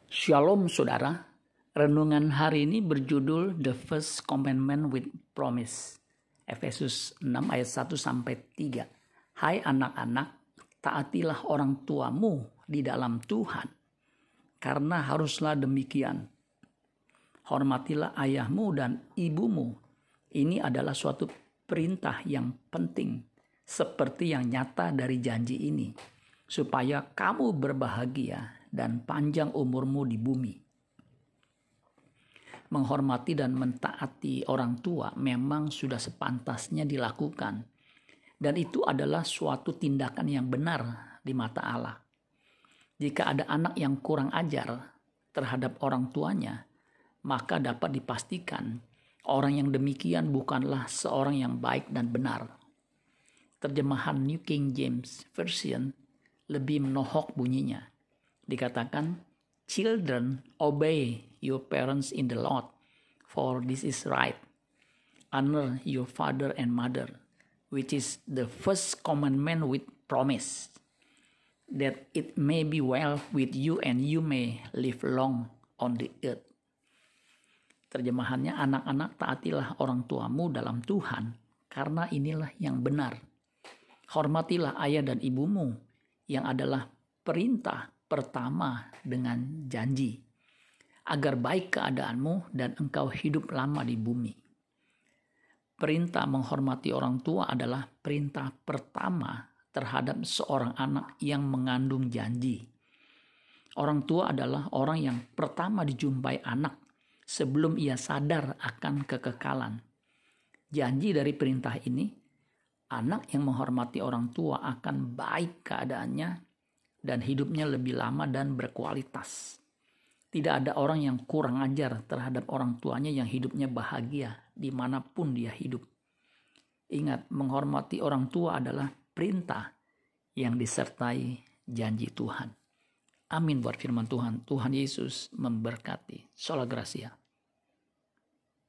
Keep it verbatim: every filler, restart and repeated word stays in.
Shalom saudara, renungan hari ini berjudul The First Commandment with Promise. Efesus enam ayat satu sampai tiga. Hai anak-anak, taatilah orang tuamu di dalam Tuhan, karena haruslah demikian. Hormatilah ayahmu dan ibumu. Ini adalah suatu perintah yang penting, seperti yang nyata dari janji ini, supaya kamu berbahagia dan panjang umurmu di bumi. Menghormati dan mentaati orang tua memang sudah sepantasnya dilakukan, dan itu adalah suatu tindakan yang benar di mata Allah. Jika ada anak yang kurang ajar terhadap orang tuanya, maka dapat dipastikan orang yang demikian bukanlah seorang yang baik dan benar. Terjemahan New King James Version lebih menohok bunyinya. Dikatakan, "Children, obey your parents in the Lord, for this is right. Honor your father and mother, which is the first commandment with promise, that it may be well with you and you may live long on the earth." Terjemahannya, anak-anak taatilah orang tuamu dalam Tuhan, karena inilah yang benar. Hormatilah ayah dan ibumu, yang adalah perintah pertama dengan janji, agar baik keadaanmu dan engkau hidup lama di bumi. Perintah menghormati orang tua adalah perintah pertama terhadap seorang anak yang mengandung janji. Orang tua adalah orang yang pertama dijumpai anak sebelum ia sadar akan kekekalan. Janji dari perintah ini, anak yang menghormati orang tua akan baik keadaannya dan hidupnya lebih lama dan berkualitas. Tidak ada orang yang kurang ajar terhadap orang tuanya yang hidupnya bahagia dimanapun dia hidup. Ingat, menghormati orang tua adalah perintah yang disertai janji Tuhan. Amin buat firman Tuhan. Tuhan Yesus memberkati. Sola Gracia.